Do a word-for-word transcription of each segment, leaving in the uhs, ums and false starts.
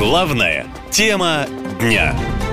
Главная тема дня.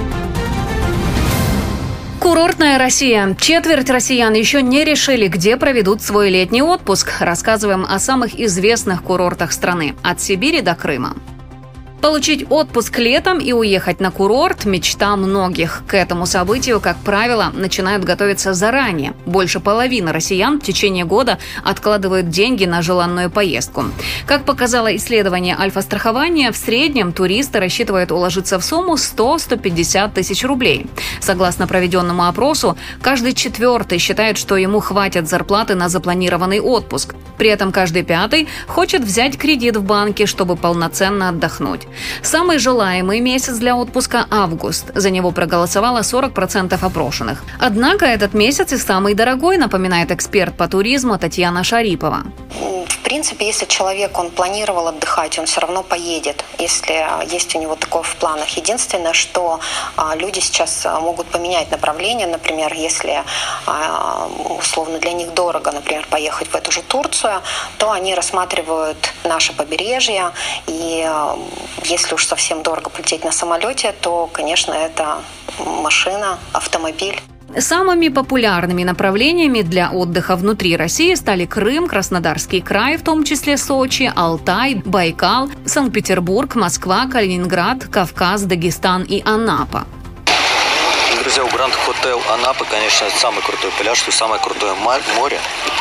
Курортная Россия. Четверть россиян еще не решили, где проведут свой летний отпуск. Рассказываем о самых известных курортах страны. От Сибири до Крыма. Получить отпуск летом и уехать на курорт – мечта многих. К этому событию, как правило, начинают готовиться заранее. Больше половины россиян в течение года откладывают деньги на желанную поездку. Как показало исследование Альфа-страхования, в среднем туристы рассчитывают уложиться в сумму сто - сто пятьдесят тысяч рублей. Согласно проведенному опросу, каждый четвертый считает, что ему хватит зарплаты на запланированный отпуск. При этом каждый пятый хочет взять кредит в банке, чтобы полноценно отдохнуть. Самый желаемый месяц для отпуска – август. За него проголосовало сорок процентов опрошенных. Однако этот месяц и самый дорогой, напоминает эксперт по туризму Татьяна Шарипова. В принципе, если человек, он планировал отдыхать, он все равно поедет, если есть у него такое в планах. Единственное, что а, люди сейчас могут поменять направление. Например, если а, условно для них дорого, например, поехать в эту же Турцию, то они рассматривают наше побережье. И а, если уж совсем дорого полететь на самолете, то, конечно, это машина, автомобиль. Самыми популярными направлениями для отдыха внутри России стали Крым, Краснодарский край, в том числе Сочи, Алтай, Байкал, Санкт-Петербург, Москва, Калининград, Кавказ, Дагестан и Анапа. Друзья, у Гранд Хотел Анапа, конечно, самый крутой пляж, то самое крутое море.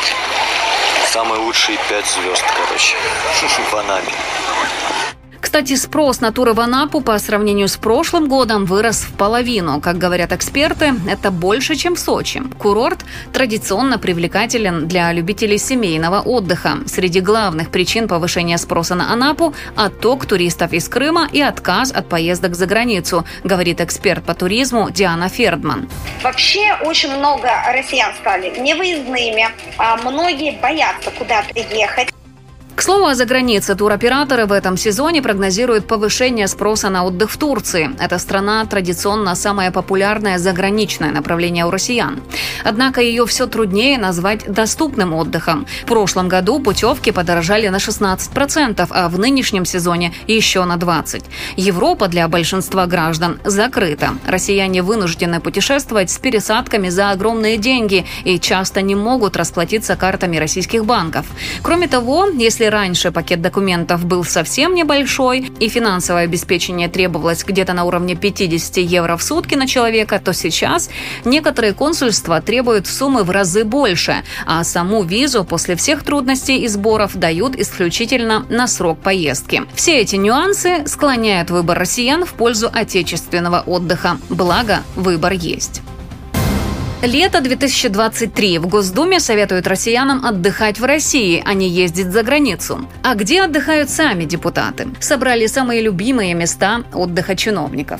Самые лучшие пять звезд, короче, в Анапе. Кстати, спрос на туры в Анапу по сравнению с прошлым годом вырос в половину. Как говорят эксперты, это больше, чем в Сочи. Курорт традиционно привлекателен для любителей семейного отдыха. Среди главных причин повышения спроса на Анапу – отток туристов из Крыма и отказ от поездок за границу, говорит эксперт по туризму Диана Фердман. Вообще очень много россиян стали невыездными, а многие боятся куда-то ехать. К слову о загранице, туроператоры в этом сезоне прогнозируют повышение спроса на отдых в Турции. Эта страна традиционно самое популярное заграничное направление у россиян. Однако ее все труднее назвать доступным отдыхом. В прошлом году путевки подорожали на шестнадцать процентов, а в нынешнем сезоне еще на двадцать процентов. Европа для большинства граждан закрыта. Россияне вынуждены путешествовать с пересадками за огромные деньги и часто не могут расплатиться картами российских банков. Кроме того, если раньше пакет документов был совсем небольшой и финансовое обеспечение требовалось где-то на уровне пятьдесят евро в сутки на человека, то сейчас некоторые консульства требуют суммы в разы больше, а саму визу после всех трудностей и сборов дают исключительно на срок поездки. Все эти нюансы склоняют выбор россиян в пользу отечественного отдыха. Благо, выбор есть. Лето две тысячи двадцать три. В Госдуме советуют россиянам отдыхать в России, а не ездить за границу. А где отдыхают сами депутаты? Собрали самые любимые места отдыха чиновников.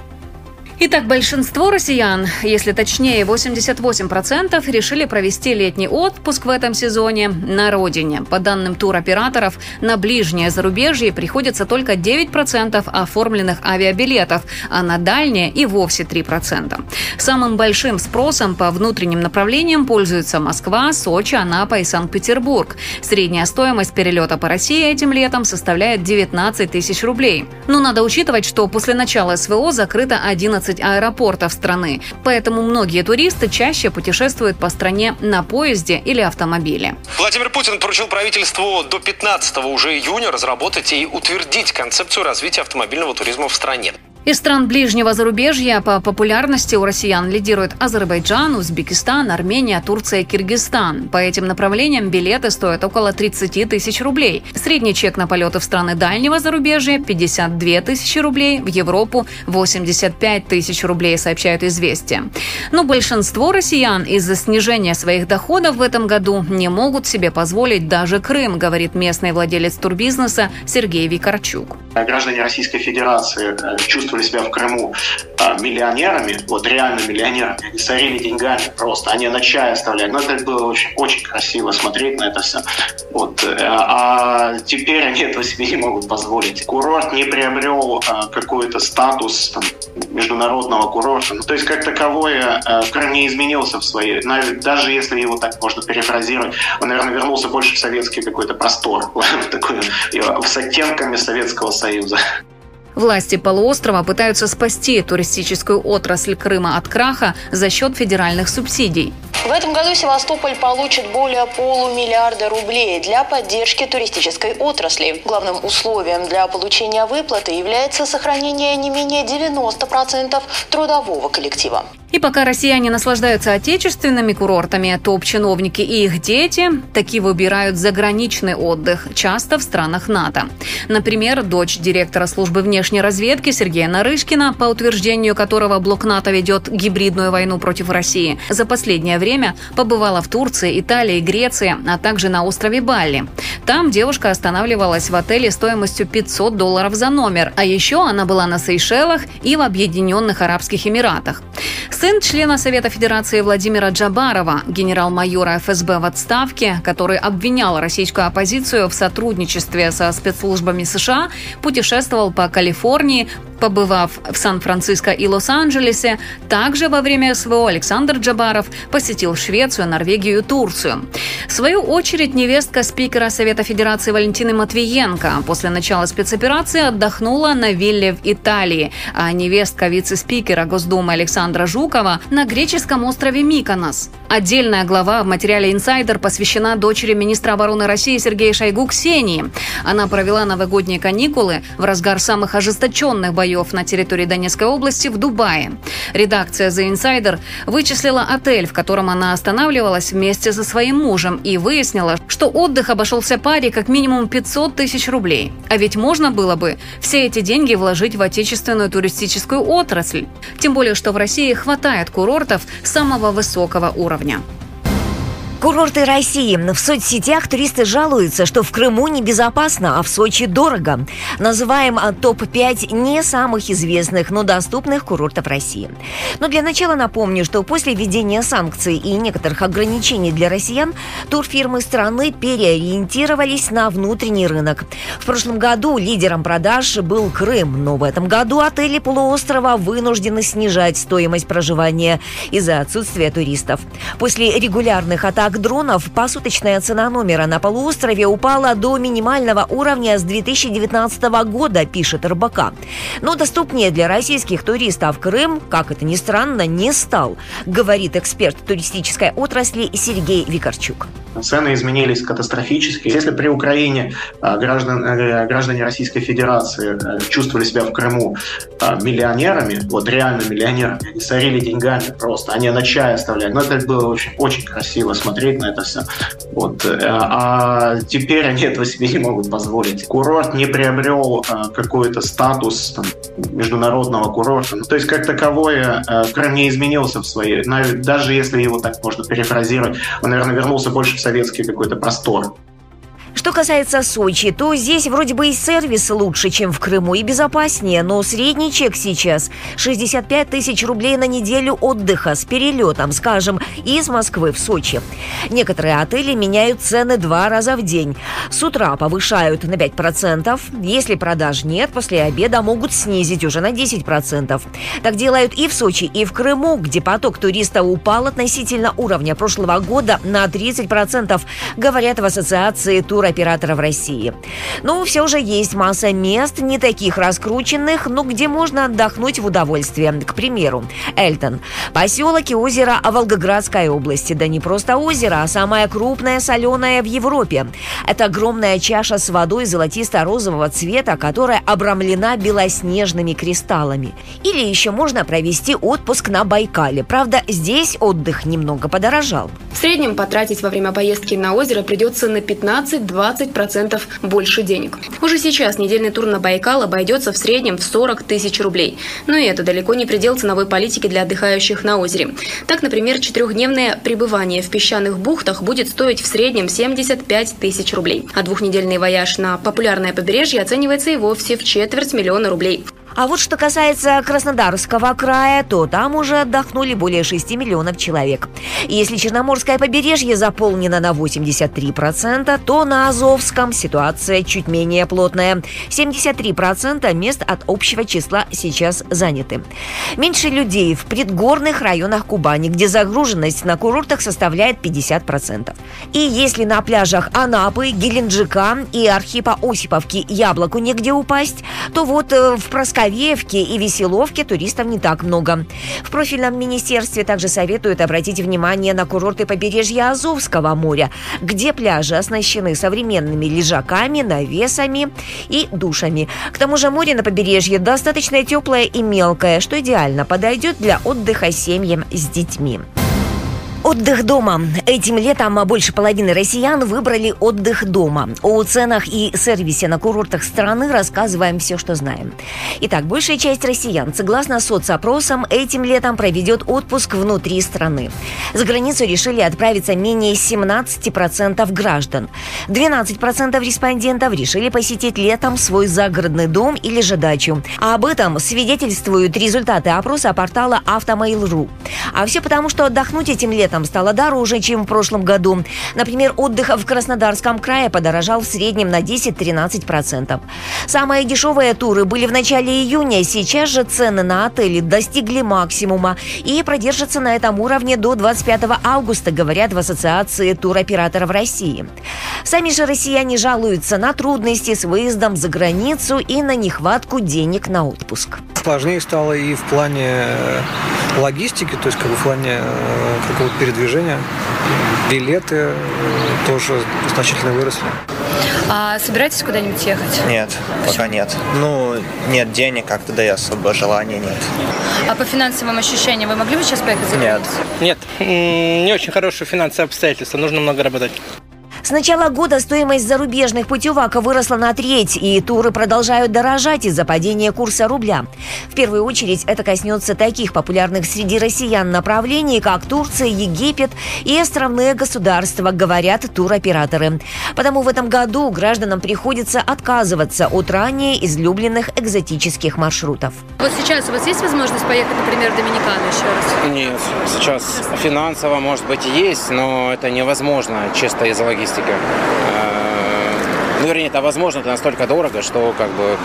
Итак, большинство россиян, если точнее восемьдесят восемь процентов, решили провести летний отпуск в этом сезоне на родине. По данным туроператоров, на ближнее зарубежье приходится только девять процентов оформленных авиабилетов, а на дальнее и вовсе три процента. Самым большим спросом по внутренним направлениям пользуются Москва, Сочи, Анапа и Санкт-Петербург. Средняя стоимость перелета по России этим летом составляет девятнадцать тысяч рублей. Но надо учитывать, что после начала СВО закрыто одиннадцать аэропортов страны, поэтому многие туристы чаще путешествуют по стране на поезде или автомобиле. Владимир Путин поручил правительству до пятнадцатого уже июня разработать и утвердить концепцию развития автомобильного туризма в стране. Из стран ближнего зарубежья по популярности у россиян лидируют Азербайджан, Узбекистан, Армения, Турция и Киргизстан. По этим направлениям билеты стоят около тридцать тысяч рублей. Средний чек на полеты в страны дальнего зарубежья – пятьдесят две тысячи рублей, в Европу – восемьдесят пять тысяч рублей, сообщают «Известия». Но большинство россиян из-за снижения своих доходов в этом году не могут себе позволить даже Крым, говорит местный владелец турбизнеса Сергей Викарчук. Граждане Российской Федерации чувствуют себя в Крыму а, миллионерами, вот реально миллионерами, они сорили деньгами просто, они на чай оставляли. Но это было очень, очень красиво смотреть на это все. Вот. А, а теперь они этого себе не могут позволить. Курорт не приобрел а, какой-то статус там, международного курорта. Ну, то есть как таковое а, Крым не изменился в своей, даже если его так можно перефразировать, он, наверное, вернулся больше в советский какой-то простор, с оттенками Советского Союза. Власти полуострова пытаются спасти туристическую отрасль Крыма от краха за счет федеральных субсидий. В этом году Севастополь получит более полумиллиарда рублей для поддержки туристической отрасли. Главным условием для получения выплаты является сохранение не менее девяноста процентов трудового коллектива. И пока россияне наслаждаются отечественными курортами, топ-чиновники и их дети таки выбирают заграничный отдых, часто в странах НАТО. Например, дочь директора службы внешней разведки Сергея Нарышкина, по утверждению которого блок НАТО ведет гибридную войну против России, за последнее время побывала в Турции, Италии, Греции, а также на острове Балли. Там девушка останавливалась в отеле стоимостью пятьсот долларов за номер, а еще она была на Сейшелах и в Объединенных Арабских Эмиратах. Сын члена Совета Федерации Владимира Джабарова, генерал-майора эф эс бэ в отставке, который обвинял российскую оппозицию в сотрудничестве со спецслужбами США, путешествовал по Калифорнии, побывав в Сан-Франциско и Лос-Анджелесе. Также во время эс вэ о Александр Джабаров посетил Швецию, Норвегию и Турцию. В свою очередь, невестка спикера Совета Федерации Валентины Матвиенко после начала спецоперации отдохнула на вилле в Италии, а невестка вице-спикера Госдумы Александра Жукова на греческом острове Миконос. Отдельная глава в материале «Инсайдер» посвящена дочери министра обороны России Сергея Шойгу Ксении. Она провела новогодние каникулы в разгар самых ожесточенных боев на территории Донецкой области в Дубае. Редакция «The Insider» вычислила отель, в котором она останавливалась вместе со своим мужем, и выяснила, что отдых обошелся паре как минимум пятьсот тысяч рублей. А ведь можно было бы все эти деньги вложить в отечественную туристическую отрасль. Тем более, что в России хватает курортов самого высокого уровня. Курорты России. В соцсетях туристы жалуются, что в Крыму небезопасно, а в Сочи дорого. Называем топ пять не самых известных, но доступных курортов России. Но для начала напомню, что после введения санкций и некоторых ограничений для россиян, турфирмы страны переориентировались на внутренний рынок. В прошлом году лидером продаж был Крым, но в этом году отели полуострова вынуждены снижать стоимость проживания из-за отсутствия туристов. После регулярных атак дронов посуточная цена номера на полуострове упала до минимального уровня с две тысячи девятнадцатого года, пишет эр бэ ка. Но доступнее для российских туристов Крым, как это ни странно, не стал, говорит эксперт туристической отрасли Сергей Викарчук. Цены изменились катастрофически. Если при Украине граждан, граждане Российской Федерации чувствовали себя в Крыму миллионерами, вот реально миллионерами, они сорили деньгами просто, они на чай оставляли. Но это было очень, очень красиво смотреть на это все. Вот. А теперь они этого себе не могут позволить. Курорт не приобрел какой-то статус там, международного курорта. Ну, то есть, как таковое, Крым не изменился в своей... Даже если его так можно перефразировать, он, наверное, вернулся больше в советский какой-то простор. Что касается Сочи, то здесь вроде бы и сервис лучше, чем в Крыму, и безопаснее, но средний чек сейчас шестьдесят пять тысяч рублей на неделю отдыха с перелетом, скажем, из Москвы в Сочи. Некоторые отели меняют цены два раза в день. С утра повышают на пять процентов, если продаж нет, после обеда могут снизить уже на десять процентов. Так делают и в Сочи, и в Крыму, где поток туристов упал относительно уровня прошлого года на тридцать процентов, говорят в Ассоциации туроператоров операторов России. Но все же есть масса мест, не таких раскрученных, но где можно отдохнуть в удовольствие. К примеру, Эльтон. Поселок и озеро Волгоградской области. Да не просто озеро, а самое крупное соленое в Европе. Это огромная чаша с водой золотисто-розового цвета, которая обрамлена белоснежными кристаллами. Или еще можно провести отпуск на Байкале. Правда, здесь отдых немного подорожал. В среднем потратить во время поездки на озеро придется на пятнадцать-двадцать процентов больше денег. Уже сейчас недельный тур на Байкал обойдется в среднем в сорок тысяч рублей. Но и это далеко не предел ценовой политики для отдыхающих на озере. Так, например, четырехдневное пребывание в песчаных бухтах будет стоить в среднем семьдесят пять тысяч рублей. А двухнедельный вояж на популярное побережье оценивается и вовсе в четверть миллиона рублей. А вот что касается Краснодарского края, то там уже отдохнули более шести миллионов человек. И если Черноморское побережье заполнено на восемьдесят три процента, то на Азовском ситуация чуть менее плотная. семьдесят три процента мест от общего числа сейчас заняты. Меньше людей в предгорных районах Кубани, где загруженность на курортах составляет пятьдесят процентов. И если на пляжах Анапы, Геленджика и Архипа-Осиповки яблоку негде упасть, то вот в Просковье и Веселовке туристов не так много. В профильном министерстве также советуют обратить внимание на курорты побережья Азовского моря, где пляжи оснащены современными лежаками, навесами и душами. К тому же море на побережье достаточно теплое и мелкое, что идеально подойдет для отдыха семьям с детьми. Отдых дома. Этим летом больше половины россиян выбрали отдых дома. О ценах и сервисе на курортах страны рассказываем все, что знаем. Итак, большая часть россиян, согласно соцопросам, этим летом проведет отпуск внутри страны. За границу решили отправиться менее семнадцать процентов граждан. двенадцать процентов респондентов решили посетить летом свой загородный дом или же дачу. А об этом свидетельствуют результаты опроса портала Автомейл точка ру. А все потому, что отдохнуть этим летом стало дороже, чем в прошлом году. Например, отдых в Краснодарском крае подорожал в среднем на десять-тринадцать процентов. Самые дешевые туры были в начале июня, сейчас же цены на отели достигли максимума и продержатся на этом уровне до двадцать пятого августа, говорят в Ассоциации туроператоров России. Сами же россияне жалуются на трудности с выездом за границу и на нехватку денег на отпуск. Сложнее стало и в плане логистики, то есть как бы в плане какого-то передвижения. Билеты тоже значительно выросли. А собираетесь куда-нибудь ехать? Нет, пока нет. Ну, нет денег как-то, да и особо желания нет. А по финансовым ощущениям вы могли бы сейчас поехать за границу? Нет. Нет. Не очень хорошие финансовые обстоятельства. Нужно много работать. С начала года стоимость зарубежных путевок выросла на треть, и туры продолжают дорожать из-за падения курса рубля. В первую очередь это коснется таких популярных среди россиян направлений, как Турция, Египет и островные государства, говорят туроператоры. Потому в этом году гражданам приходится отказываться от ранее излюбленных экзотических маршрутов. Вот сейчас у вас есть возможность поехать, например, в Доминикану еще раз? Нет, сейчас финансово, может быть, и есть, но это невозможно чисто из-за логистики. Ну, вернее, это возможно, это настолько дорого, что как бы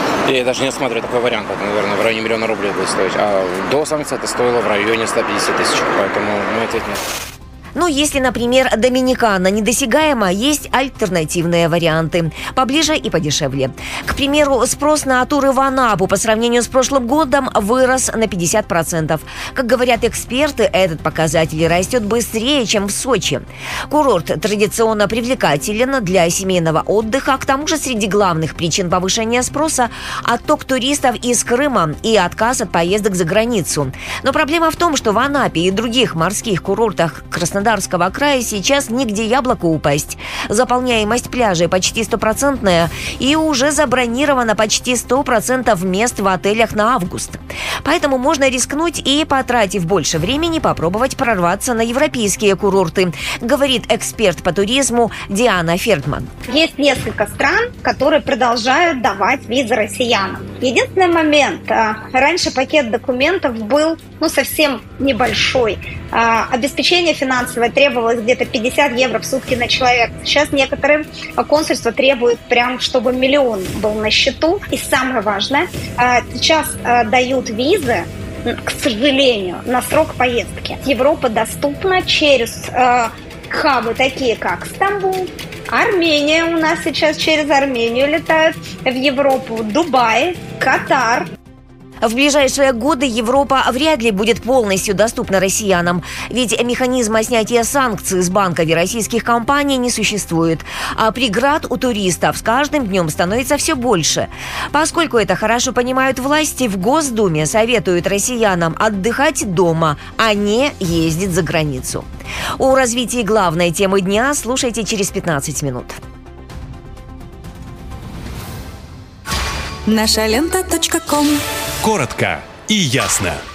я даже не рассматриваю такой вариант. Это, наверное, в районе миллиона рублей будет стоить. А до санкций это стоило в районе ста пятидесяти тысяч. Поэтому мой ответ нет. Ну, если, например, Доминикана недосягаема, есть альтернативные варианты. Поближе и подешевле. К примеру, спрос на туры в Анапу по сравнению с прошлым годом вырос на пятьдесят процентов. Как говорят эксперты, этот показатель растет быстрее, чем в Сочи. Курорт традиционно привлекателен для семейного отдыха. К тому же среди главных причин повышения спроса – отток туристов из Крыма и отказ от поездок за границу. Но проблема в том, что в Анапе и других морских курортах Краснодарского Краснодарского края сейчас нигде яблоку упасть. Заполняемость пляжей почти стопроцентная, и уже забронировано почти сто процентов мест в отелях на август. Поэтому можно рискнуть и, потратив больше времени, попробовать прорваться на европейские курорты, говорит эксперт по туризму Диана Фердман. Есть несколько стран, которые продолжают давать визы россиянам. Единственный момент, раньше пакет документов был ну, совсем небольшой. Обеспечение финансовое требовалось где-то пятьдесят евро в сутки на человека. Сейчас некоторые консульства требуют прям, чтобы миллион был на счету. И самое важное, сейчас дают визы, к сожалению, на срок поездки. Европа доступна через хабы, такие как Стамбул, Армения. У нас сейчас через Армению летают в Европу, Дубай, Катар. В ближайшие годы Европа вряд ли будет полностью доступна россиянам, ведь механизма снятия санкций с банков и российских компаний не существует, а преград у туристов с каждым днем становится все больше. Поскольку это хорошо понимают власти, в Госдуме советуют россиянам отдыхать дома, а не ездить за границу. О развитии главной темы дня слушайте через пятнадцать минут. наша лента точка ком. Коротко и ясно.